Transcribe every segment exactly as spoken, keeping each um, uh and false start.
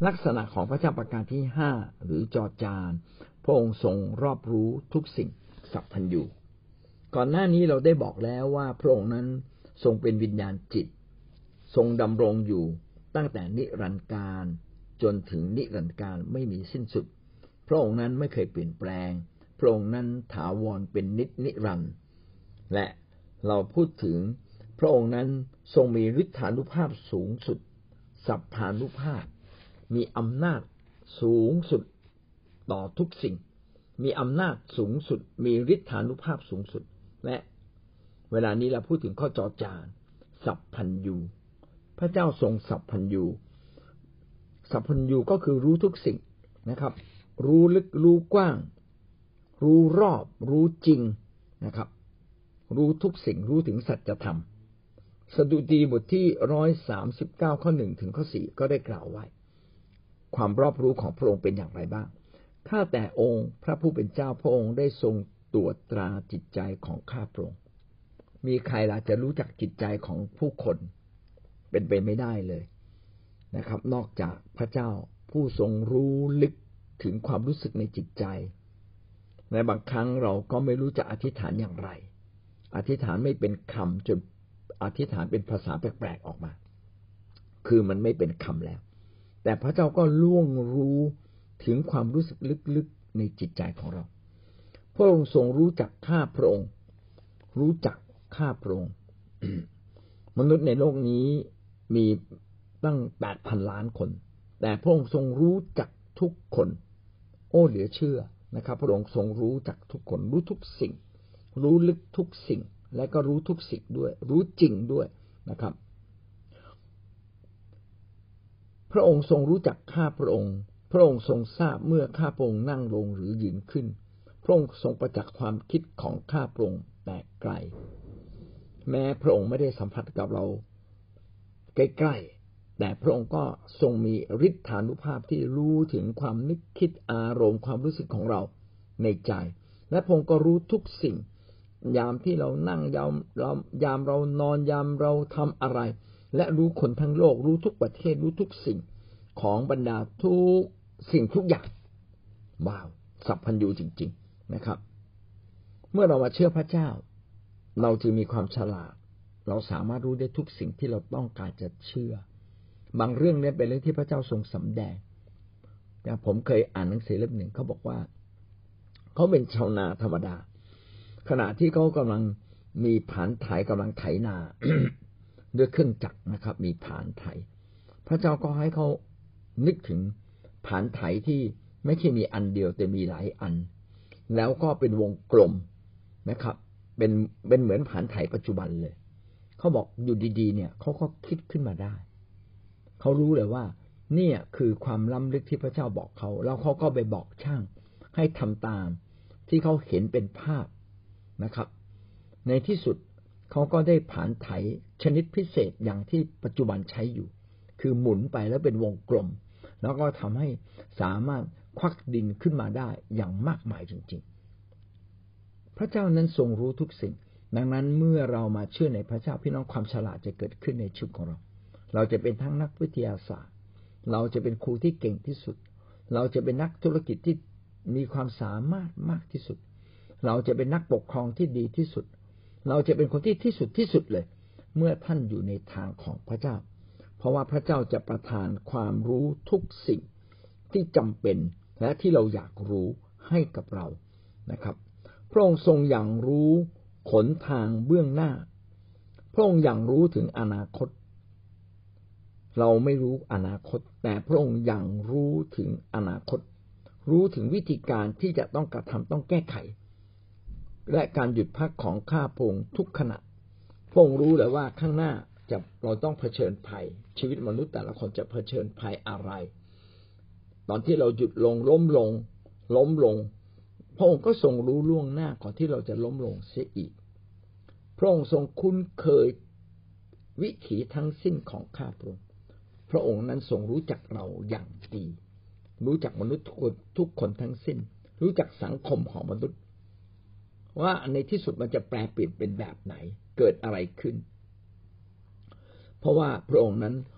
ลักษณะของพระเจ้าประการที่ห้าหรือจอจานพระองค์ทรงรอบรู้ทุกสิ่งสัพพัญญูก่อนหน้านี้เราได้บอกแล้วว่าพระองค์นั้นทรงเป็นวิญญาณจิตทรงดำรงอยู่ตั้งแต่นิรันดร์กาลจนถึงนิรันดร์กาลไม่มีสิ้นสุดพระองค์นั้นไม่เคยเปลี่ยนแปลงพระองค์นั้นถาวรเป็นนิจนิรันดร์และเราพูดถึงพระองค์นั้นทรงมีฤทธานุภาพสูงสุดสัพพานุภาพมีอำนาจสูงสุดต่อทุกสิ่งมีอำนาจสูงสุดมีฤทธานุภาพสูงสุดและเวลานี้เราพูดถึงข้อจอจานสัพพัญญูพระเจ้าทรงสัพพัญญูสัพพัญญูก็คือรู้ทุกสิ่งนะครับรู้ลึกรู้กว้างรู้รอบรู้จริงนะครับรู้ทุกสิ่งรู้ถึงสัจธรรมสดุดีบทที่หนึ่งร้อยสามสิบเก้าข้อหนึ่งถึงข้อสี่ก็ได้กล่าวไว้ความรอบรู้ของพระองค์เป็นอย่างไรบ้างข้าแต่องค์พระผู้เป็นเจ้าพระองค์ได้ทรงตรวจตราจิตใจของข้าพระองค์มีใครล่ะจะรู้จักจิตใจของผู้คนเป็นไปไม่ได้เลยนะครับนอกจากพระเจ้าผู้ทรงรู้ลึกถึงความรู้สึกในจิตใจในบางครั้งเราก็ไม่รู้จะอธิษฐานอย่างไรอธิษฐานไม่เป็นคำจนอธิษฐานเป็นภาษาแปลกๆออกมาคือมันไม่เป็นคำแล้วแต่พระเจ้าก็ล่วงรู้ถึงความรู้สึกลึกๆในจิตใจของเราพระองค์ทรงรู้จักข้าพระองค์รู้จักข้าพระองค์ มนุษย์ในโลกนี้มีตั้ง แปดพัน ล้านคนแต่พระองค์ทรงรู้จักทุกคนโอ้เหลือเชื่อนะครับพระองค์ทรงรู้จักทุกคนรู้ทุกสิ่งรู้ลึกทุกสิ่งและก็รู้ทุกสิ่งด้วยรู้จริงด้วยนะครับพระองค์ทรงรู้จักข้าพระองค์พระองค์ทรงทราบเมื่อข้าพระองค์นั่งลงหรือยืนขึ้นพระองค์ทรงประจักษ์ความคิดของข้าพระองค์แต่ไกลแม้พระองค์ไม่ได้สัมผัสกับเราใกล้ๆแต่พระองค์ก็ทรงมีฤทธานุภาพที่รู้ถึงความนึกคิดอารมณ์ความรู้สึกของเราในใจและพระองค์ก็รู้ทุกสิ่งยามที่เรานั่งยามเรายามเรานอนยามเราทำอะไรและรู้คนทั้งโลกรู้ทุกประเทศรู้ทุกสิ่งของบรรดาทุกสิ่งทุกอย่างว้าวสัพพัญญูจริงๆนะครับเมื่อเรามาเชื่อพระเจ้าเราจึงมีความฉลาดเราสามารถรู้ได้ทุกสิ่งที่เราต้องการจะเชื่อบางเรื่องนี้เป็นเรื่องที่พระเจ้าทรงสำแดงแต่ผมเคยอ่านหนังสือเล่มหนึ่งเขาบอกว่าเขาเป็นชาวนาธรรมดาขณะที่เขากำลังมีผานไถกำลังไถนา ด้วยเครื่องจักรนะครับมีผานไถพระเจ้าก็ให้เขานึกถึงผานไถที่ไม่ใช่มีอันเดียวแต่มีหลายอันแล้วก็เป็นวงกลมนะครับเป็นเป็นเหมือนผานไถปัจจุบันเลยเขาบอกอยู่ดีๆเนี่ยเขาก็คิดขึ้นมาได้เขารู้เลยว่าเนี่ยคือความล้ำลึกที่พระเจ้าบอกเขาแล้วเขาก็ไปบอกช่างให้ทำตามที่เขาเห็นเป็นภาพนะครับในที่สุดเขาก็ได้ผานไถชนิดพิเศษอย่างที่ปัจจุบันใช้อยู่คือหมุนไปแล้วเป็นวงกลมแล้วก็ทำให้สามารถควักดินขึ้นมาได้อย่างมากมายจริงๆพระเจ้านั้นทรงรู้ทุกสิ่งดังนั้นเมื่อเรามาเชื่อในพระเจ้าพี่น้องความฉลาดจะเกิดขึ้นในชีวิตของเราเราจะเป็นทั้งนักวิทยาศาสตร์เราจะเป็นครูที่เก่งที่สุดเราจะเป็นนักธุรกิจที่มีความสามารถมากที่สุดเราจะเป็นนักปกครองที่ดีที่สุดเราจะเป็นคนที่ที่สุดที่สุดเลยเมื่อท่านอยู่ในทางของพระเจ้าเพราะว่าพระเจ้าจะประทานความรู้ทุกสิ่งที่จำเป็นและที่เราอยากรู้ให้กับเรานะครับพระองค์ทรงอย่างรู้หนทางเบื้องหน้าพระองค์อย่างรู้ถึงอนาคตเราไม่รู้อนาคตแต่พระองค์อย่างรู้ถึงอนาคตรู้ถึงวิธีการที่จะต้องกระทำต้องแก้ไขและการหยุดพักของข้าพระองค์ทุกขณะพระองค์รู้เลยว่าข้างหน้าจะเราต้องเผชิญภัยชีวิตมนุษย์แต่ละคนจะเผชิญภัยอะไรตอนที่เราหยุดลงล้มลงล้มลงพระองค์ก็ทรงรู้ล่วงหน้าก่อนที่เราจะล้มลงเสียอีกพระองค์ทรงคุ้นเคยวิถีทั้งสิ้นของข้าพระองค์พระองค์นั้นทรงรู้จักเราอย่างดีรู้จักมนุษย์ทุกคนทุกคนทั้งสิ้นรู้จักสังคมของมนุษย์ว่าในที่สุดมันจะแปลเปลี่ยนเป็นแบบไหนเกิดอะไรขึ้นเพราะว่าพระองค์นั้น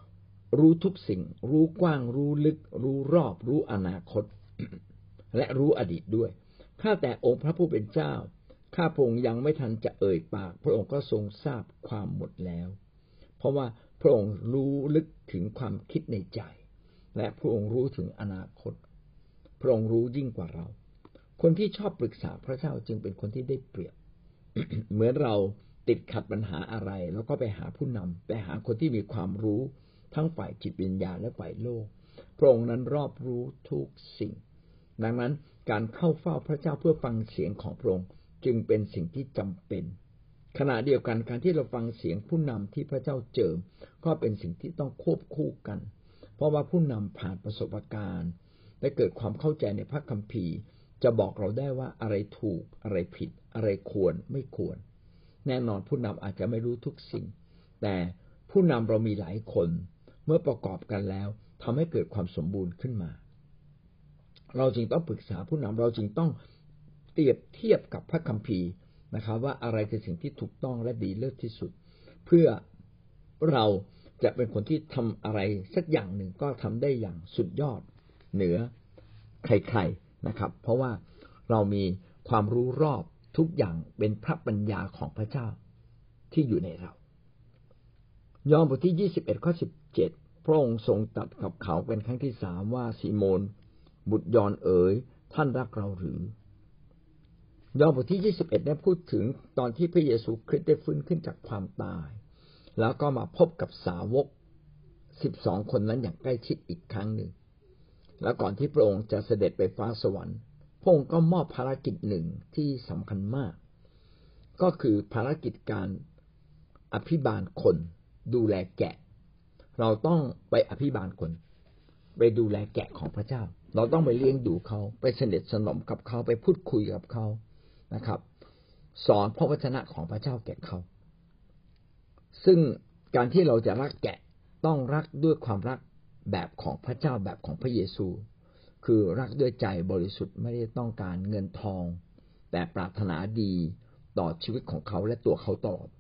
รู้ทุกสิ่งรู้กว้างรู้ลึกรู้รอบรู้อนาคต และรู้อดีตด้วยข้าแต่องค์พระผู้เป็นเจ้าข้าพระองค์ยังไม่ทันจะเอ่ยปากพระองค์ก็ทรงทราบความหมดแล้วเพราะว่าพระองค์รู้ลึกถึงความคิดในใจและพระองค์รู้ถึงอนาคตพระองค์รู้ยิ่งกว่าเราคนที่ชอบปรึกษาพระเจ้าจึงเป็นคนที่ได้เปรียบ เหมือนเราติดขัดปัญหาอะไรแล้วก็ไปหาผู้นำไปหาคนที่มีความรู้ทั้งฝ่ายจิตวิญญาณและฝ่ายโลกพระองค์นั้นรอบรู้ทุกสิ่งดังนั้นการเข้าเฝ้าพระเจ้าเพื่อฟังเสียงของพระองค์จึงเป็นสิ่งที่จำเป็นขณะเดียวกันการที่เราฟังเสียงผู้นำที่พระเจ้าเจิมก็เป็นสิ่งที่ต้องควบคู่กันเพราะว่าผู้นำผ่านประสบการณ์และเกิดความเข้าใจในพระคัมภีร์จะบอกเราได้ว่าอะไรถูกอะไรผิดอะไรควรไม่ควรแน่นอนผู้นำอาจจะไม่รู้ทุกสิ่งแต่ผู้นำเรามีหลายคนเมื่อประกอบกันแล้วทำให้เกิดความสมบูรณ์ขึ้นมาเราจึงต้องปรึกษาผู้นำเราจึงต้องเปรียบเทียบกับพระคัมภีร์นะครับว่าอะไรคือสิ่งที่ถูกต้องและดีเลิศที่สุดเพื่อเราจะเป็นคนที่ทำอะไรสักอย่างหนึ่งก็ทำได้อย่างสุดยอดเหนือใครๆนะครับเพราะว่าเรามีความรู้รอบทุกอย่างเป็นพระปัญญาของพระเจ้าที่อยู่ในเรายอห์นบทที่ยี่สิบเอ็ดข้อสิบเจ็ดพระองค์ทรงตรัสกับเขาเป็นครั้งที่สามว่าซีโมนบุตรยอห์นเอ๋ยท่านรักเราหรือยอห์นบทที่ยี่สิบเอ็ดได้พูดถึงตอนที่พระเยซูคริสต์ได้ฟื้นขึ้นจากความตายแล้วก็มาพบกับสาวกสิบสองคนนั้นอย่างใกล้ชิดอีกครั้งหนึ่งแล้วก่อนที่พระองค์จะเสด็จไปฟ้าสวรรค์พระองค์ก็มอบภารกิจหนึ่งที่สำคัญมากก็คือภารกิจการอภิบาลคนดูแลแกะเราต้องไปอภิบาลคนไปดูแลแกะของพระเจ้าเราต้องไปเลี้ยงดูเขาไปสนิทสนมกับเขาไปพูดคุยกับเขานะครับสอนพระวจนะของพระเจ้าแก่เขาซึ่งการที่เราจะรักแกะต้องรักด้วยความรักแบบของพระเจ้าแบบของพระเยซูคือรักด้วยใจบริสุทธิ์ไม่ได้ต้องการเงินทองแต่ปรารถนาดีต่อชีวิตของเขาและตัวเขาตลอดไป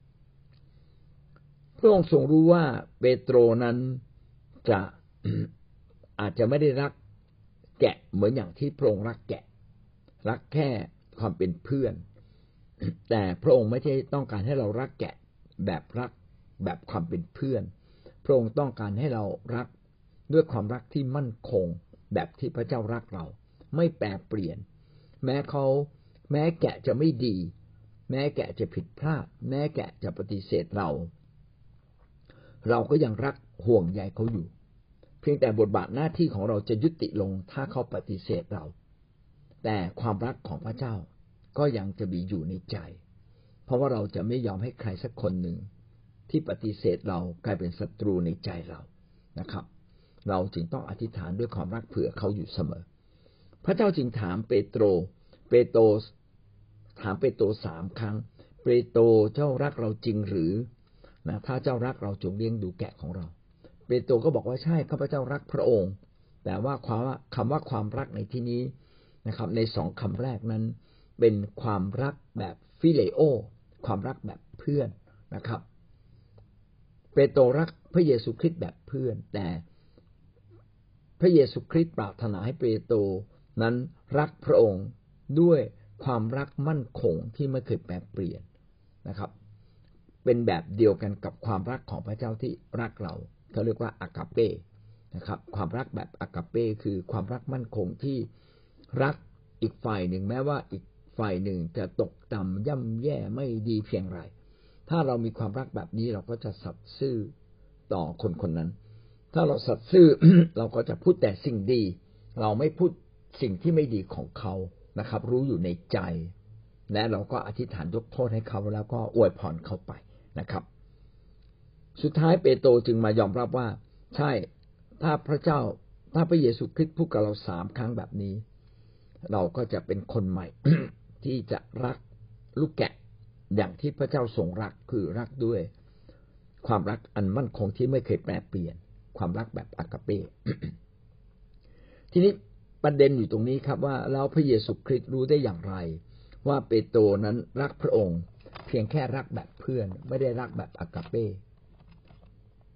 พระองค์ทรงรู้ว่าเปโตรนั้นจะ อาจจะไม่ได้รักแกะเหมือนอย่างที่พระองค์รักแกะรักแค่ความเป็นเพื่อนแต่พระองค์ไม่ใช่ต้องการให้เรารักแกะแบบรักแบบความเป็นเพื่อนพระองค์ต้องการให้เรารักด้วยความรักที่มั่นคงแบบที่พระเจ้ารักเราไม่แปรเปลี่ยนแม้เขาแม้แกะจะไม่ดีแม้แกะจะผิดพลาดแม้แกะจะปฏิเสธเราเราก็ยังรักห่วงใยเขาอยู่เพียงแต่บทบาทหน้าที่ของเราจะยุติลงถ้าเขาปฏิเสธเราแต่ความรักของพระเจ้าก็ยังจะมีอยู่ในใจเพราะว่าเราจะไม่ยอมให้ใครสักคนหนึ่งที่ปฏิเสธเรากลายเป็นศัตรูในใจเรานะครับเราจึงต้องอธิษฐานด้วยความรักเผื่อเขาอยู่เสมอพระเจ้าจึงถามเปโตรเปโตรถามเปโตรสามครั้งเปโตรเจ้ารักเราจริงหรือนะถ้าเจ้ารักเราจงเลี้ยงดูแกะของเราเปโตรก็บอกว่าใช่ข้าพเจ้ารักพระองค์แต่ว่าความคำว่าความรักในที่นี้นะครับในสองคำแรกนั้นเป็นความรักแบบฟิเลโอความรักแบบเพื่อนนะครับเปโตรรักพระเยซูคริสต์แบบเพื่อนแต่พระเยซูคริสต์ปรารถนาให้เปโตรนั้นรักพระองค์ด้วยความรักมั่นคงที่ไม่เคยแปรเปลี่ยนนะครับเป็นแบบเดียวกันกับความรักของพระเจ้าที่รักเราเขาเรียกว่าอากาเป้นะครับความรักแบบอากาเป้คือความรักมั่นคงที่รักอีกฝ่ายหนึ่งแม้ว่าอีกฝ่ายหนึ่งจะตกต่ำย่ำแย่ไม่ดีเพียงไรถ้าเรามีความรักแบบนี้เราก็จะสัตย์ซื่อต่อคนคนนั้นถ้าเราสัตย์ซื่อ เราก็จะพูดแต่สิ่งดีเราไม่พูดสิ่งที่ไม่ดีของเขานะครับรู้อยู่ในใจและเราก็อธิษฐานยกโทษให้เขาแล้วก็อวยพรเขาไปนะครับสุดท้ายเปโตรจึงมายอมรับว่าใช่ถ้าพระเจ้าถ้าพระเยซูคริสต์พูดกับเราสามครั้งแบบนี้เราก็จะเป็นคนใหม่ ที่จะรักลูกแกะอย่างที่พระเจ้าทรงรักคือรักด้วยความรักอันมั่นคงที่ไม่เคยแปรเปลี่ยนความรักแบบอากาเป้ ทีนี้ประเด็นอยู่ตรงนี้ครับว่าแล้วพระเยซูคริสต์รู้ได้อย่างไรว่าเปโตรนั้นรักพระองค์เพียงแค่รักแบบเพื่อนไม่ได้รักแบบอากาเป้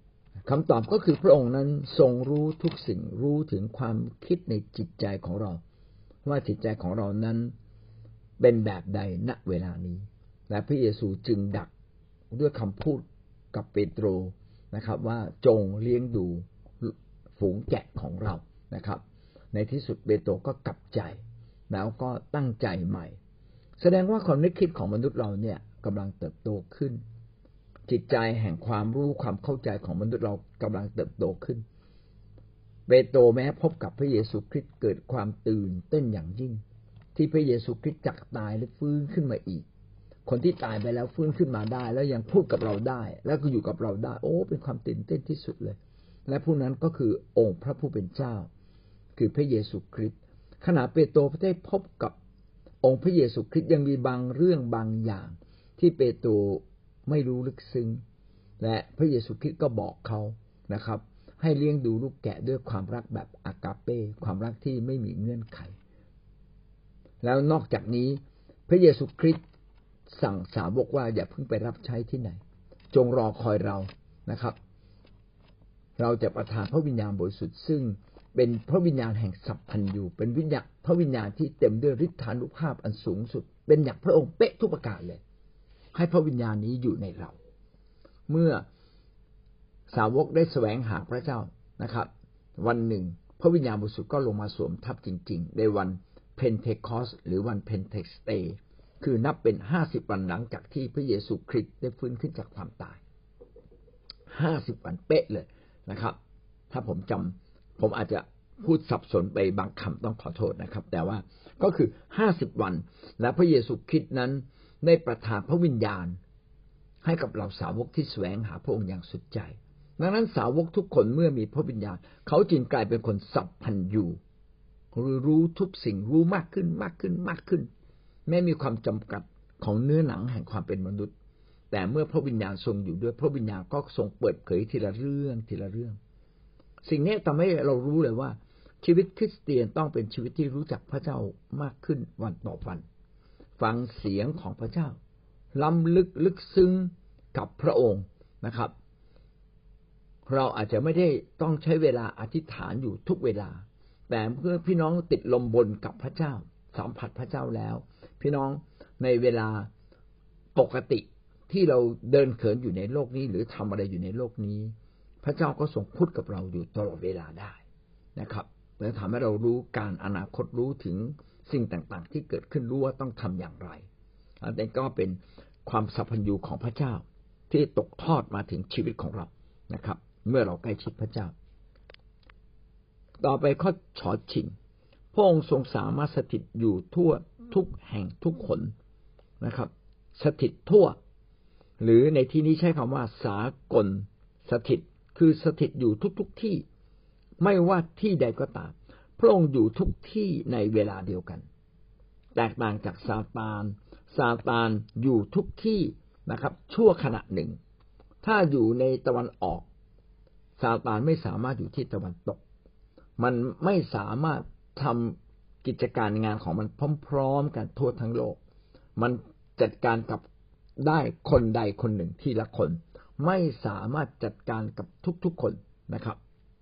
คำตอบก็คือพระองค์นั้นทรงรู้ทุกสิ่งรู้ถึงความคิดในจิตใจของเราว่าจิตใจของเรานั้นเป็นแบบใดณเวลานี้และพระเยซูจึงดักด้วยคำพูดกับเปโตรนะครับว่าจงเลี้ยงดูฝูงแกะของเรานะครับในที่สุดเปโตรก็กลับใจแล้วก็ตั้งใจใหม่แสดงว่าความนึกคิดของมนุษย์เราเนี่ยกำลังเติบโตขึ้นจิตใจแห่งความรู้ความเข้าใจของมนุษย์เรากำลังเติบโตขึ้นเปโตรแม้พบกับพระเยซูคริสต์เกิดความตื่นเต้นอย่างยิ่งที่พระเยซูคริสต์จากตายและฟื้นขึ้นมาอีกคนที่ตายไปแล้วฟื้นขึ้นมาได้แล้วยังพูดกับเราได้แล้วก็อยู่กับเราได้โอ้เป็นความตื่นเต้นที่สุดเลยและผู้นั้นก็คือองค์พระผู้เป็นเจ้าคือพระเยซูคริสต์ขณะเปโตรได้พบกับองค์พระเยซูคริสต์ยังมีบางเรื่องบางอย่างที่เปโตรไม่รู้ลึกซึ้งและพระเยซูคริสต์ก็บอกเขานะครับให้เลี้ยงดูลูกแกะด้วยความรักแบบอากาเป้ความรักที่ไม่มีเงื่อนไขแล้วนอกจากนี้พระเยซูคริสต์สั่งสาวกว่าอย่าเพิ่งไปรับใช้ที่ไหนจงรอคอยเรานะครับเราจะประทานพระวิญญาณบริสุทธิ์ซึ่งเป็นพระวิญญาณแห่งสัพพัญญูเป็นวิญญาณพระวิญญาณที่เต็มด้วยฤทธานุภาพอันสูงสุดเป็นอย่างพระองค์เป๊ะทุกประการเลยให้พระวิญญาณนี้อยู่ในเราเมื่อสาวกได้แสวงหาพระเจ้านะครับวันหนึ่งพระวิญญาณบริสุทธิ์ก็ลงมาสวมทับจริงๆในวันเพนเทคอสหรือวันเพนเทคสเตย์คือนับเป็นห้าสิบวันหลังจากที่พระเยซูคริสต์ได้ฟื้นขึ้นจากความตายห้าสิบวันเป๊ะเลยนะครับถ้าผมจำผมอาจจะพูดสับสนไปบางคำต้องขอโทษนะครับแต่ว่าก็คือห้าสิบวันและพระเยซูคริสต์นั้นได้ประทานพระวิญญาณให้กับเราสาวกที่แสวงหาพระองค์อย่างสุดใจดังนั้นสาวกทุกคนเมื่อมีพระวิญญาณเขาจึงกลายเป็นคนสัพพัญญูหรือรู้ทุกสิ่งรู้มากขึ้นมากขึ้นมากขึ้นแม้มีความจำกัดของเนื้อหนังแห่งความเป็นมนุษย์แต่เมื่อพระวิญญาณทรงอยู่ด้วยพระวิญญาณก็ทรงเปิดเผยทีละเรื่องทีละเรื่องสิ่งนี้ทำให้เรารู้เลยว่าชีวิตคริสเตียนต้องเป็นชีวิตที่รู้จักพระเจ้ามากขึ้นวันต่อวันฟังเสียงของพระเจ้าล้ำลึกลึกซึ้งกับพระองค์นะครับเราอาจจะไม่ได้ต้องใช้เวลาอธิษฐานอยู่ทุกเวลาแต่เพื่อพี่น้องติดลมบนกับพระเจ้าสัมผัสพระเจ้าแล้วพี่น้องในเวลาปกติที่เราเดินเขินอยู่ในโลกนี้หรือทำอะไรอยู่ในโลกนี้พระเจ้าก็ทรงพูดกับเราอยู่ตลอดเวลาได้นะครับและทำให้เรารู้การอนาคตรู้ถึงสิ่งต่างๆที่เกิดขึ้นรู้ว่าต้องทำอย่างไรอันนี้ก็เป็นความสัพพัญญูของพระเจ้าที่ตกทอดมาถึงชีวิตของเรานะครับเมื่อเราใกล้ชิดพระเจ้าต่อไปข้อฉอชิงพระองค์ทรงสามารถสถิตอยู่ทั่วทุกแห่งทุกคนนะครับสถิตทั่วหรือในที่นี้ใช้คำว่าสากลสถิตคือสถิตอยู่ทุกๆที่ไม่ว่าที่ใดก็ตามพระองค์อยู่ทุกที่ในเวลาเดียวกันแตกต่างจากซาตานซาตานอยู่ทุกที่นะครับชั่วขณะหนึ่งถ้าอยู่ในตะวันออกซาตานไม่สามารถอยู่ที่ตะวันตกมันไม่สามารถทำกิจการงานของมันพร้อมๆกันทั่วทั้งโลกมันจัดการกับได้คนใดคนหนึ่งทีละคนไม่สามารถจัดการกับทุกๆคนนะครับ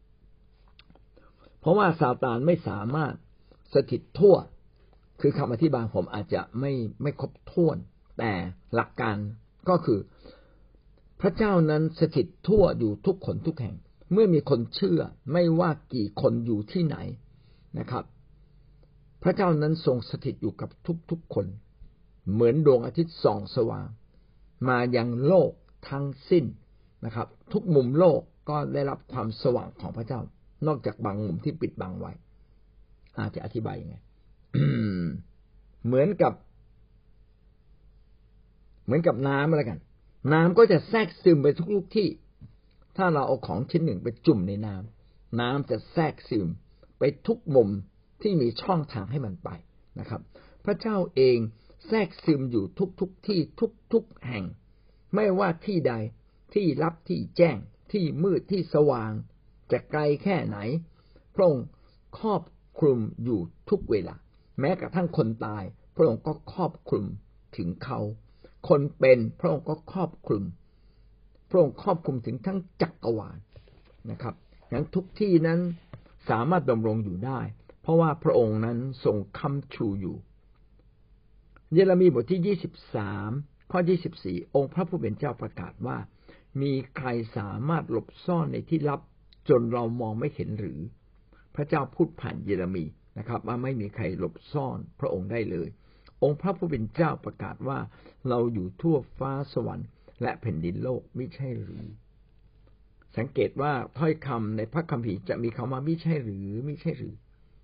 เพราะว่าซาตานไม่สามารถสถิตทั่วคือคำอธิบายผมอาจจะไม่ไม่ครบถ้วนแต่หลักการก็คือพระเจ้านั้นสถิตทั่วอยู่ทุกคนทุกแห่งเมื่อมีคนเชื่อไม่ว่ากี่คนอยู่ที่ไหนนะครับพระเจ้านั้นทรงสถิตอยู่กับทุกๆคนเหมือนดวงอาทิตย์ส่องสว่างมายังโลกทั้งสิ้นนะครับทุกมุมโลกก็ได้รับความสว่างของพระเจ้านอกจากบางมุมที่ปิดบังไว้อาจจะอธิบายยังไง เหมือนกับเหมือนกับน้ำอะไรกันน้ำก็จะแทรกซึมไปทุกๆที่ถ้าเราเอาของชิ้นหนึ่งไปจุ่มในน้ำน้ำจะแทรกซึมไปทุกมุมที่มีช่องทางให้มันไปนะครับพระเจ้าเองแทรกซึมอยู่ทุกๆที่ทุกๆแห่งไม่ว่าที่ใดที่ลับที่แจ้งที่มืดที่สว่างจะไกลแค่ไหนพระองค์ครอบคลุมอยู่ทุกเวลาแม้กระทั่งคนตายพระองค์ก็ครอบคลุมถึงเขาคนเป็นพระองค์ก็ครอบคลุมพระองค์ครอบคลุมถึงทั้งจักรวาลนะครับงั้นทุกที่นั้นสามารถดำรงอยู่ได้เพราะว่าพระองค์นั้นทรงค้ำชูอยู่เยเรมีบทที่ยี่สิบสามข้อยี่สิบสี่องค์พระผู้เป็นเจ้าประกาศว่ามีใครสามารถหลบซ่อนในที่ลับจนเรามองไม่เห็นหรือพระเจ้าพูดผ่านเยเรมีนะครับว่าไม่มีใครหลบซ่อนพระองค์ได้เลยองค์พระผู้เป็นเจ้าประกาศว่าเราอยู่ทั่วฟ้าสวรรค์และแผ่นดินโลกไม่ใช่หรือสังเกตว่าถ้อยคำในพระคัมภีร์จะมีคำว่าไม่ใช่หรือไม่ใช่หรือ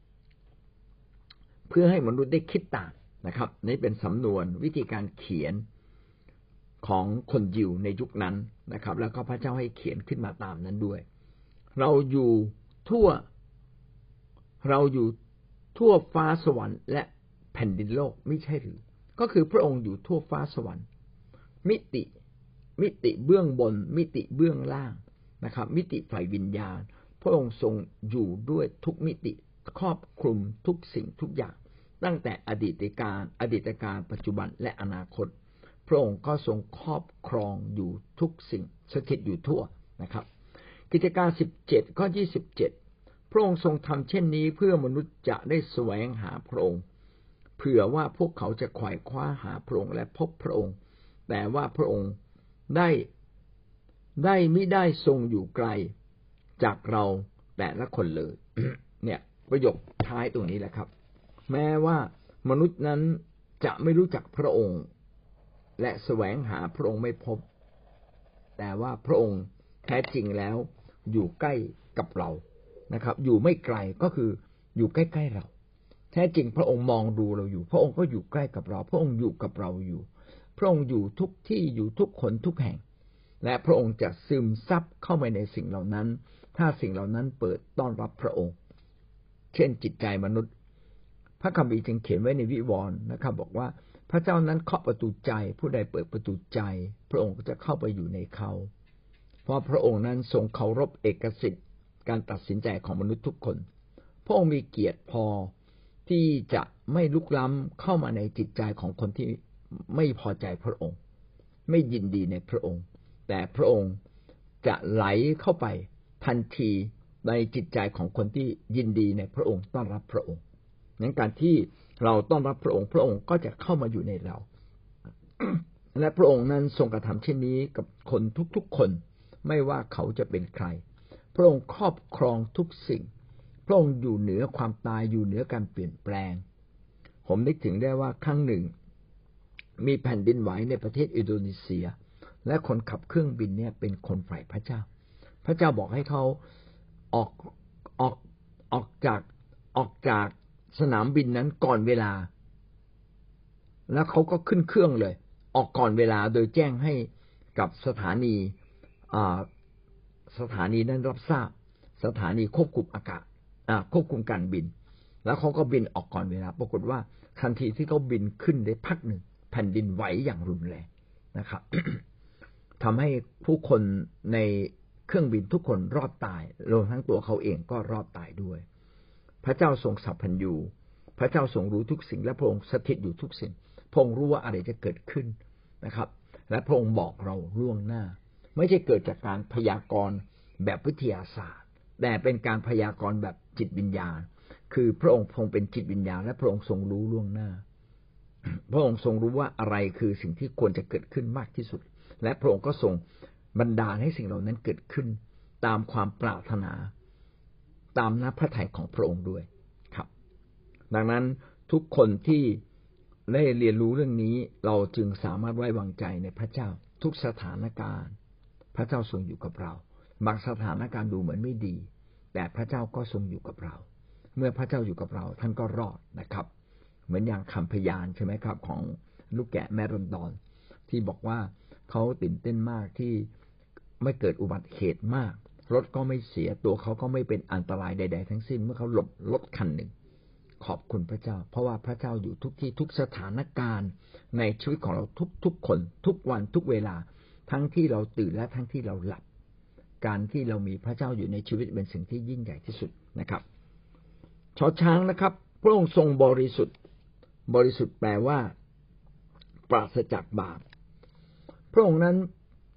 เพื่อให้มนุษย์ได้คิดต่างนะครับนี่เป็นสำนวนวิธีการเขียนของคนยิวในยุคนั้นนะครับแล้วก็พระเจ้าให้เขียนขึ้นมาตามนั้นด้วยเราอยู่ทั่วเราอยู่ทั่วฟ้าสวรรค์และแผ่นดินโลกไม่ใช่หรือก็คือพระองค์อยู่ทั่วฟ้าสวรรค์มิติมิติเบื้องบนมิติเบื้องล่างนะครับมิติฝ่ายวิญญาณพระองค์ทรงอยู่ด้วยทุกมิติครอบคลุมทุกสิ่งทุกอย่างตั้งแต่อดีตการอดีตการปัจจุบันและอนาคตพระองค์ก็ทรงครอบครองอยู่ทุกสิ่งสถิตอยู่ทั่วนะครับกิจการสิบเจ็ดข้อยี่สิบเจ็ดพระองค์ทรงทำเช่นนี้เพื่อมนุษย์จะได้แสวงหาพระองค์เผื่อว่าพวกเขาจะไขว่คว้าหาพระองค์และพบพระองค์แต่ว่าพระองค์ได้ได้มิได้ทรงอยู่ไกลจากเราแต่ละคนเลย เนี่ยประโยคท้ายตรงนี้แหละครับแม้ว่ามนุษย์นั้นจะไม่รู้จักพระองค์และแสวงหาพระองค์ไม่พบแต่ว่าพระองค์แท้จริงแล้วอยู่ใกล้กับเรานะครับอยู่ไม่ไกลก็คืออยู่ใกล้ๆเราแท้จริงพระองค์มองดูเราอยู่พระองค์ก็อยู่ใกล้กับเราพระองค์อยู่กับเราอยู่พระองค์อยู่ทุกที่อยู่ทุกคนทุกแห่งและพระองค์จะซึมซับเข้าไปในสิ่งเหล่านั้นถ้าสิ่งเหล่านั้นเปิดต้อนรับพระองค์เช่นจิตใจมนุษย์พระคัมภีร์จึงเขียนไว้ในวิวรณ์นะครับบอกว่าพระเจ้านั้นเคาะประตูใจผู้ใดเปิดประตูใจพระองค์ก็จะเข้าไปอยู่ในเขาเพราะพระองค์นั้นทรงเคารพเอกสิทธิ์การตัดสินใจของมนุษย์ทุกคนพระองค์มีเกียรติพอที่จะไม่ลุกล้ำเข้ามาในจิตใจของคนที่ไม่พอใจพระองค์ไม่ยินดีในพระองค์แต่พระองค์จะไหลเข้าไปทันทีในจิตใจของคนที่ยินดีในพระองค์ต้อนรับพระองค์งั้นการที่เราต้อนรับพระองค์พระองค์ก็จะเข้ามาอยู่ในเรา และพระองค์นั้นทรงกระทำเช่นนี้กับคนทุกๆคนไม่ว่าเขาจะเป็นใครพระองค์ครอบครองทุกสิ่งพระองค์อยู่เหนือความตายอยู่เหนือการเปลี่ยนแปลงผมนึกถึงได้ว่าครั้งหนึ่งมีแผ่นดินไหวในประเทศอินโดนีเซียและคนขับเครื่องบินเนี่ยเป็นคนฝ่ายพระเจ้าพระเจ้าบอกให้เขาออกออกออกจากออกจากสนามบินนั้นก่อนเวลาแล้วเขาก็ขึ้นเครื่องเลยออกก่อนเวลาโดยแจ้งให้กับสถานีอ่าสถานีนั้นรับทราบสถานีควบคุมอากาศอ่าควบคุมการบินแล้วเขาก็บินออกก่อนเวลาปรากฏว่าทันทีที่เขาบินขึ้นได้พักหนึ่งแผ่นดินไหวอย่างรุนแรงนะครับ ทำให้ผู้คนในเครื่องบินทุกคนรอดตายรวมทั้งตัวเขาเองก็รอดตายด้วยพระเจ้าทรงสัพพัญญูพระเจ้าทรงรู้ทุกสิ่งและพระองค์สถิตอยู่ทุกสิ่งพระองค์รู้ว่าอะไรจะเกิดขึ้นนะครับและพระองค์บอกเราล่วงหน้าไม่ใช่เกิดจากการพยากรณ์แบบวิทยาศาสตร์แต่เป็นการพยากรณ์แบบจิตวิญญาณคือพระองค์ทรงเป็นจิตวิญญาณและพระองค์ทรงรู้ล่วงหน้าพระองค์ทรงรู้ว่าอะไรคือสิ่งที่ควรจะเกิดขึ้นมากที่สุดและพระองค์ก็ทรงบันดาลให้สิ่งเหล่านั้นเกิดขึ้นตามความปรารถนาตามน้ำพระทัยของพระองค์ด้วยครับดังนั้นทุกคนที่ได้เรียนรู้เรื่องนี้เราจึงสามารถไว้วางใจในพระเจ้าทุกสถานการณ์พระเจ้าทรงอยู่กับเราบางสถานการณ์ดูเหมือนไม่ดีแต่พระเจ้าก็ทรงอยู่กับเราเมื่อพระเจ้าอยู่กับเราท่านก็รอดนะครับเหมือนอย่างคำพยานใช่ไหมครับของลูกแกะแม่รอนดอนที่บอกว่าเขาตื่นเต้นมากที่ไม่เกิดอุบัติเหตุมากรถก็ไม่เสียตัวเขาก็ไม่เป็นอันตรายใดๆทั้งสิ้นเมื่อเขาหลบรถคันหนึ่งขอบคุณพระเจ้าเพราะว่าพระเจ้าอยู่ทุกที่ทุกสถานการณ์ในชีวิตของเราทุกๆคนทุกวันทุกเวลาทั้งที่เราตื่นและทั้งที่เราหลับการที่เรามีพระเจ้าอยู่ในชีวิตเป็นสิ่งที่ยิ่งใหญ่ที่สุดนะครับชอช้างนะครับพระองค์ทรงบริสุทธิ์บริสุทธิ์แปลว่าปราศจากบาปพระองค์นั้น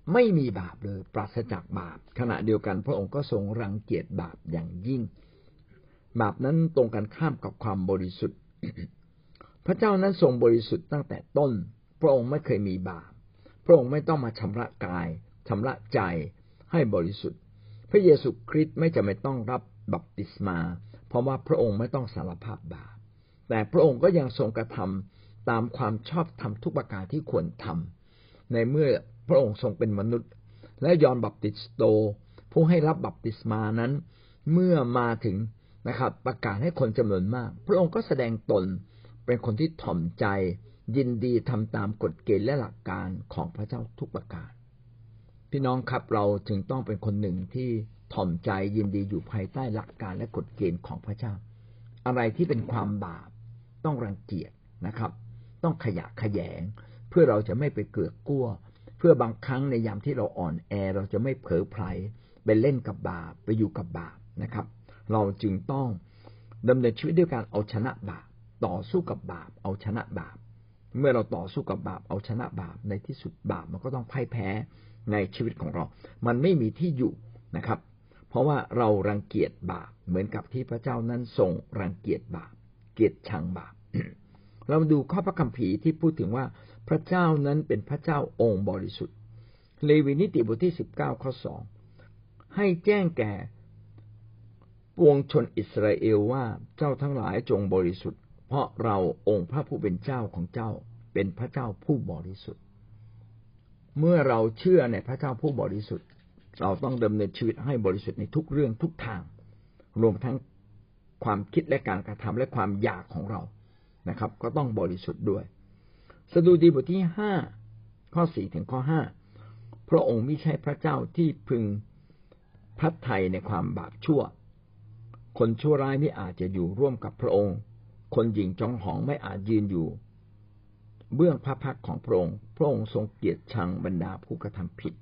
ไม่มีบาปเลยปราศจากบาปขณะเดียวกันพระองค์ก็ทรงรังเกียจบาปอย่างยิ่งบาปนั้นตรงกันข้ามกับความบริสุทธิ์ พระเจ้านั้นทรงบริสุทธิ์ตั้งแต่ต้นพระองค์ไม่เคยมีบาปพระองค์ไม่ต้องมาชำระกายชำระใจให้บริสุทธิ์พระเยซูคริสต์ไม่จำเป็นต้องรับบัพติศมาเพราะว่าพระองค์ไม่ต้องสารภาพบาปแต่พระองค์ก็ยังทรงกระทำตามความชอบธรรมทุกประการที่ควรทำในเมื่อพระองค์ทรงเป็นมนุษย์และยอห์นบัพติสโตผู้ให้รับบัพติศมานั้นเมื่อมาถึงนะครับประกาศให้คนจำนวนมากพระองค์ก็แสดงตนเป็นคนที่ถ่อมใจยินดีทำตามกฎเกณฑ์และหลักการของพระเจ้าทุกประการพี่น้องครับเราจึงต้องเป็นคนหนึ่งที่ถ่อมใจยินดีอยู่ภายใต้หลักการและกฎเกณฑ์ของพระเจ้าอะไรที่เป็นความบาปต้องรังเกียจนะครับต้องขยะแขยงเพื่อเราจะไม่ไปเกลือกกลั้วเพื่อบางครั้งในยามที่เราอ่อนแอเราจะไม่เผลอไผลไปเล่นกับบาปไปอยู่กับบาปนะครับเราจึงต้องดำเนินชีวิตด้วยการเอาชนะบาปต่อสู้กับบาปเอาชนะบาปเมื่อเราต่อสู้กับบาปเอาชนะบาปในที่สุดบาปมันก็ต้องพ่ายแพ้ในชีวิตของเรามันไม่มีที่อยู่นะครับเพราะว่าเรารังเกียจบาปเหมือนกับที่พระเจ้านั้นทรงรังเกียจบาปเกลียดชังบาป เราดูข้อพระคัมภีร์ที่พูดถึงว่าพระเจ้านั้นเป็นพระเจ้าองค์บริสุทธิ์เลวีนิติบทที่สิบเก้าข้อสองให้แจ้งแก่ปวงชนอิสราเอลว่าเจ้าทั้งหลายจงบริสุทธิ์เพราะเราองค์พระผู้เป็นเจ้าของเจ้าเป็นพระเจ้าผู้บริสุทธิ์เมื่อเราเชื่อในพระเจ้าผู้บริสุทธิ์เราต้องดำเนินชีวิตให้บริสุทธิ์ในทุกเรื่องทุกทางรวมทั้งความคิดและการกระทำและความอยากของเรานะครับก็ต้องบริสุทธิ์ด้วยสดุดีบทที่ห้าข้อสี่ถึงข้อห้าพระองค์มิใช่พระเจ้าที่พึงพระทัยในความบาปชั่วคนชั่วร้ายไม่อาจจะอยู่ร่วมกับพระองค์คนหยิ่งจองหองไม่อาจยืนอยู่เบื้องพระพักตร์ของพระองค์พระองค์ทรงเกลียดชังบรรดาผู้กระทำผิด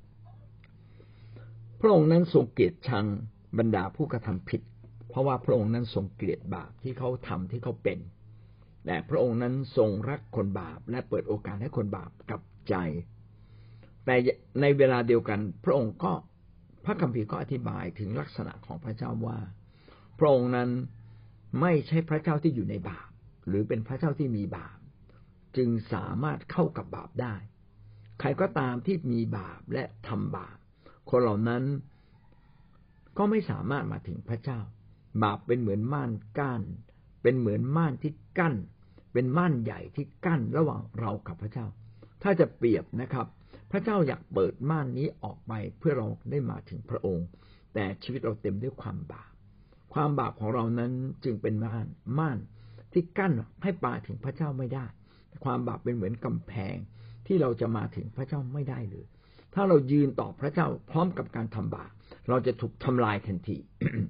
พระองค์นั้นทรงเกลียดชังบรรดาผู้กระทำผิดเพราะว่าพระองค์นั้นทรงเกลียดบาปที่เขาทำที่เขาเป็นแต่พระองค์นั้นทรงรักคนบาปและเปิดโอกาสให้คนบาปกลับใจแต่ในเวลาเดียวกันพระองค์ก็พระคัมภีร์ก็อธิบายถึงลักษณะของพระเจ้าว่าพระองค์นั้นไม่ใช่พระเจ้าที่อยู่ในบาปหรือเป็นพระเจ้าที่มีบาปจึงสามารถเข้ากับบาปได้ใครก็ตามที่มีบาปและทำบาปคนเหล่านั้นก็ไม่สามารถมาถึงพระเจ้าบาปเป็นเหมือนม่านกั้นเป็นเหมือนม่านที่กั้นเป็นม่านใหญ่ที่กั้นระหว่างเรากับพระเจ้าถ้าจะเปรียบนะครับพระเจ้าอยากเปิดม่านนี้ออกไปเพื่อเราได้มาถึงพระองค์แต่ชีวิตเราเต็มด้วยความบาปความบาปของเรานั้นจึงเป็นม่านม่านที่กั้นให้มาถึงพระเจ้าไม่ได้ความบาปเป็นเหมือนกำแพงที่เราจะมาถึงพระเจ้าไม่ได้เลยถ้าเรายืนต่อพระเจ้าพร้อมกับการทำบาปเราจะถูกทำลายทันที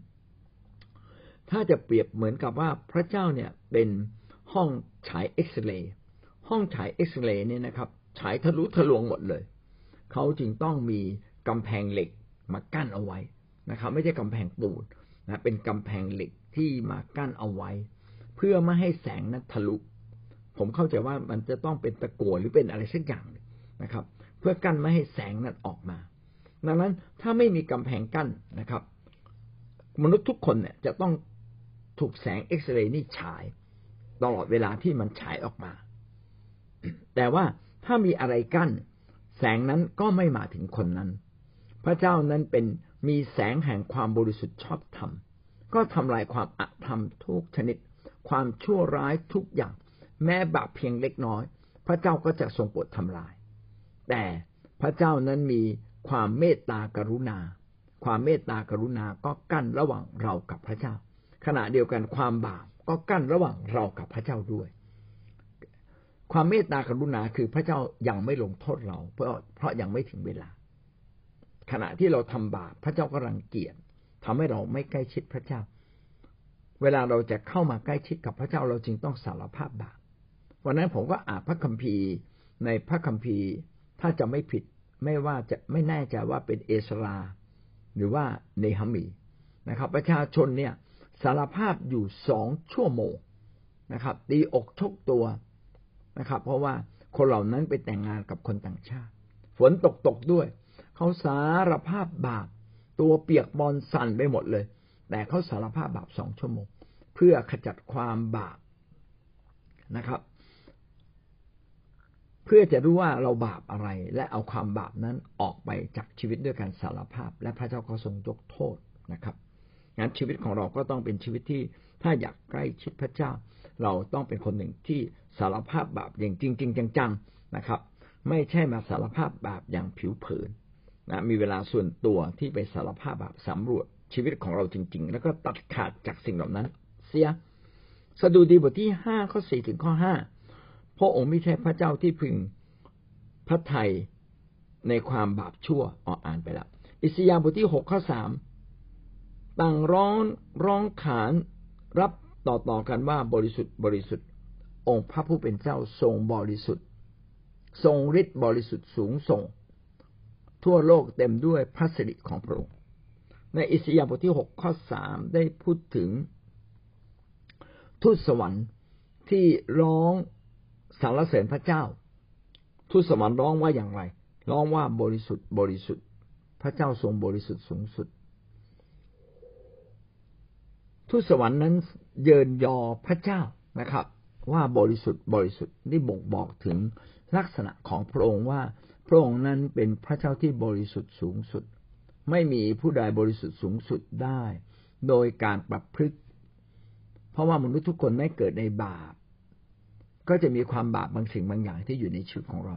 ถ้าจะเปรียบเหมือนกับว่าพระเจ้าเนี่ยเป็นห้องฉายเอ็กซเรย์ห้องฉายเอ็กซเรย์เนี่ยนะครับฉายทะลุทะลวงหมดเลยเขาจึงต้องมีกำแพงเหล็กมากั้นเอาไว้นะครับไม่ใช่กำแพงปูนนะเป็นกำแพงเหล็กที่มากั้นเอาไว้เพื่อไม่ให้แสงนั้นทะลุผมเข้าใจว่ามันจะต้องเป็นตะกั่วหรือเป็นอะไรสักอย่างนะครับเพื่อกั้นไม่ให้แสงนั้นออกมาดังนั้นถ้าไม่มีกำแพงกั้นนะครับมนุษย์ทุกคนเนี่ยจะต้องถูกแสงเอ็กซเรย์นี่ฉายตลอดเวลาที่มันฉายออกมาแต่ว่าถ้ามีอะไรกั้นแสงนั้นก็ไม่มาถึงคนนั้นพระเจ้านั้นเป็นมีแสงแห่งความบริสุทธิ์ชอบธรรมก็ทำลายความอธรรมทุกชนิดความชั่วร้ายทุกอย่างแม้บาปเพียงเล็กน้อยพระเจ้าก็จะทรงโปรดทำลายแต่พระเจ้านั้นมีความเมตตากรุณาความเมตตากรุณาก็กั้นระหว่างเรากับพระเจ้าขณะเดียวกันความบาปก็กั้นระหว่างเรากับพระเจ้าด้วยความเมตตากรุณาคือพระเจ้ายังไม่ลงโทษเราเพราะเพราะยังไม่ถึงเวลาขณะที่เราทำบาปพระเจ้าก็รังเกียจทำให้เราไม่ใกล้ชิดพระเจ้าเวลาเราจะเข้ามาใกล้ชิดกับพระเจ้าเราจึงต้องสารภาพบาปวันนั้นผมก็อ่านพระคัมภีร์ในพระคัมภีร์ถ้าจะไม่ผิดไม่ว่าจะไม่แน่ใจว่าเป็นเอสราหรือว่าเนหะมีนะครับประชาชนเนี่ยสารภาพอยู่สองชั่วโมงนะครับตีอกชกตัวนะครับเพราะว่าคนเหล่านั้นไปแต่งงานกับคนต่างชาติฝนตกตกด้วยเขาสารภาพบาปตัวเปียกปอนสั่นไปหมดเลยแต่เขาสารภาพบาปสองชั่วโมงเพื่อขจัดความบาปนะครับเพื่อจะรู้ว่าเราบาปอะไรและเอาความบาปนั้นออกไปจากชีวิตด้วยการสารภาพและพระเจ้าก็ทรงยกโทษนะครับงั้นชีวิตของเราก็ต้องเป็นชีวิตที่ถ้าอยากใกล้ชิดพระเจ้าเราต้องเป็นคนหนึ่งที่สารภาพบาปอย่างจริงๆจังๆนะครับไม่ใช่มาสารภาพบาปอย่างผิวเผินนะมีเวลาส่วนตัวที่ไปสารภาพบาปสำรวจชีวิตของเราจริงๆแล้วก็ตัดขาดจากสิ่งเหล่านั้นเสียสดุดีบทที่ห้าข้อสี่ถึงข้อห้าพระองค์ไม่ใช่พระเจ้าที่พึงพระทัยในความบาปชั่วออกอ่านไปแล้วอิสยาห์บทที่หกข้อสามต่างร้องร้องขานรับต่อๆกันว่าบริสุทธิ์บริสุทธิ์องค์พระผู้เป็นเจ้าทรงบริสุทธิ์ทรงฤทธิ์บริสุทธิ์สูงส่งทั่วโลกเต็มด้วยพระสิริของพระองค์ในอิสยาห์บทที่หกข้อสามได้พูดถึงทูตสวรรค์ที่ร้องสรรเสริญพระเจ้าทูตสวรรค์ร้องว่าอย่างไรร้องว่าบริสุทธิ์บริสุทธิ์พระเจ้าทรงบริสุทธิ์สูงสุดทูตสวรรค์นั้นเยินยอพระเจ้านะครับว่าบริสุทธิ์บริสุทธิ์นี่บ่งบอกถึงลักษณะของพระองค์ว่าพระองค์นั้นเป็นพระเจ้าที่บริสุทธิ์สูงสุดไม่มีผู้ใดบริสุทธิ์สูงสุดได้โดยการประพฤติเพราะว่ามนุษย์ทุกคนไม่เกิดในบาปก็จะมีความบาปบางสิ่งบางอย่างที่อยู่ในชีวิตของเรา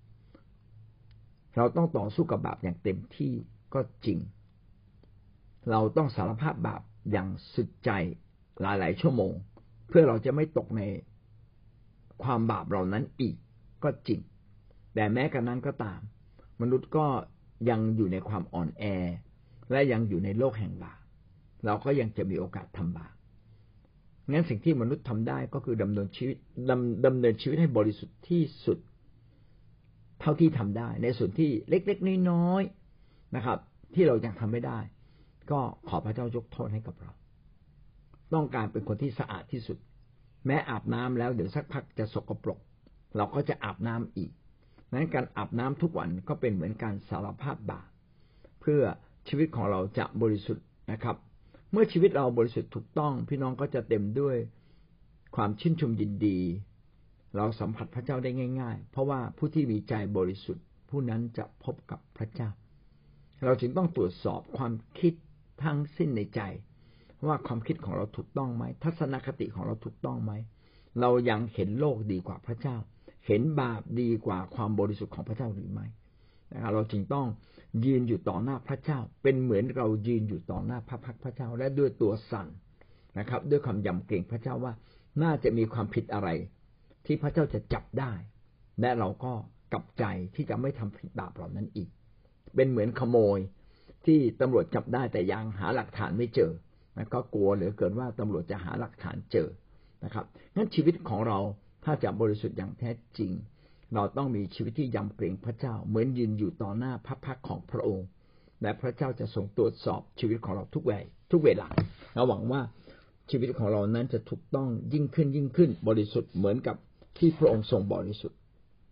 เราต้องต่อสู้กับบาปอย่างเต็มที่ก็จริงเราต้องสารภาพบาปอย่างสุดใจหลายๆชั่วโมงเพื่อเราจะไม่ตกในความบาปเหล่านั้นอีกก็จริงแต่แม้กระนั้นก็ตามมนุษย์ก็ยังอยู่ในความอ่อนแอและยังอยู่ในโลกแห่งบาปเราก็ยังจะมีโอกาสทำบาปงั้นสิ่งที่มนุษย์ทำได้ก็คือดำเนินชีวิตดำดำเนินชีวิตให้บริสุทธิ์ที่สุดเท่าที่ทำได้ในส่วนที่เล็กๆน้อยๆนะครับที่เรายังทำไม่ได้ก็ขอพระเจ้ายกโทษให้กับเราต้องการเป็นคนที่สะอาดที่สุดแม้อาบน้ำแล้วเดี๋ยวสักพักจะสกปรกเราก็จะอาบน้ำอีกนั้นการอาบน้ำทุกวันก็เป็นเหมือนการสารภาพบาปเพื่อชีวิตของเราจะบริสุทธิ์นะครับเมื่อชีวิตเราบริสุทธิ์ถูกต้องพี่น้องก็จะเต็มด้วยความชื่นชมยินดีเราสัมผัสพระเจ้าได้ง่ายๆเพราะว่าผู้ที่มีใจบริสุทธิ์ผู้นั้นจะพบกับพระเจ้าเราจึงต้องตรวจสอบความคิดทั้งสิ้นในใจว่าความคิดของเราถูกต้องไหมทัศนคติของเราถูกต้องไหมเรายังเห็นโลกดีกว่าพระเจ้าเห็นบาปดีกว่าความบริสุทธิ์ของพระเจ้าหรือไม่นะครับเราจึงต้องยืนอยู่ต่อหน้าพระเจ้าเป็นเหมือนเรายืนอยู่ต่อหน้าพระพักพระเจ้าและด้วยตัวสั่นนะครับด้วยความยำเกรงพระเจ้าว่าน่าจะมีความผิดอะไรที่พระเจ้าจะจับได้และเราก็กลับใจที่จะไม่ทำผิดบาปเหล่านั้นอีกเป็นเหมือนขโมยที่ตำรวจจับได้แต่ยังหาหลักฐานไม่เจอนะก็กลัวเหลือเกินว่าตำรวจจะหาหลักฐานเจอนะครับงั้นชีวิตของเราถ้าจะบริสุทธิ์อย่างแท้จริงเราต้องมีชีวิตที่ยำเกรงพระเจ้าเหมือนยืนอยู่ต่อหน้าพระพักของพระองค์และพระเจ้าจะทรงตรวจสอบชีวิตของเราทุกเวลาทุกเวลาเราหวังว่าชีวิตของเรานั้นจะถูกต้องยิ่งขึ้นยิ่งขึ้นบริสุทธิ์เหมือนกับที่พระองค์ทรงบริสุทธิ์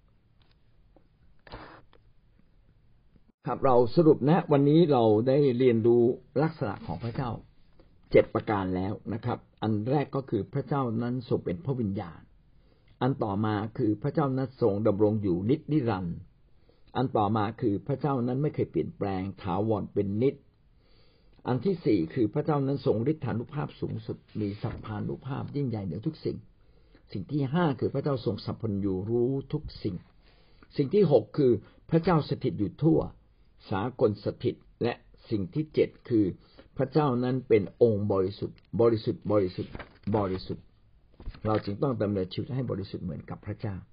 ครับเราสรุปนะวันนี้เราได้เรียนรู้ลักษณะของพระเจ้าเจ็ดประการแล้วนะครับอันแรกก็คือพระเจ้านั้นทรงเป็นพระวิญญาณอันต่อมาคือพระเจ้านั้นทรงดำรงอยู่นิจนิรันดร์อันต่อมาคือพระเจ้านั้นไม่เคยเปลี่ยนแปลงถาวรเป็นนิจอันที่สี่คือพระเจ้านั้นทรงฤทธานุภาพสูงสุดมีสัพพานุภาพยิ่งใหญ่เหนือทุกสิ่งสิ่งที่ห้าคือพระเจ้าทรงสัพพัญญูรู้ทุกสิ่งสิ่งที่หกคือพระเจ้าสถิตอยู่ทั่วสากลสถิตและสิ่งที่เจ็ดคือพระเจ้านั้นเป็นองค์บริสุทธิ์บริสุทธิ์บริสุทธิ์บริสุทธิ์เราจึงต้องดำเนินชีวิตให้บริสุทธิ์เหมือนกับพระเจ้า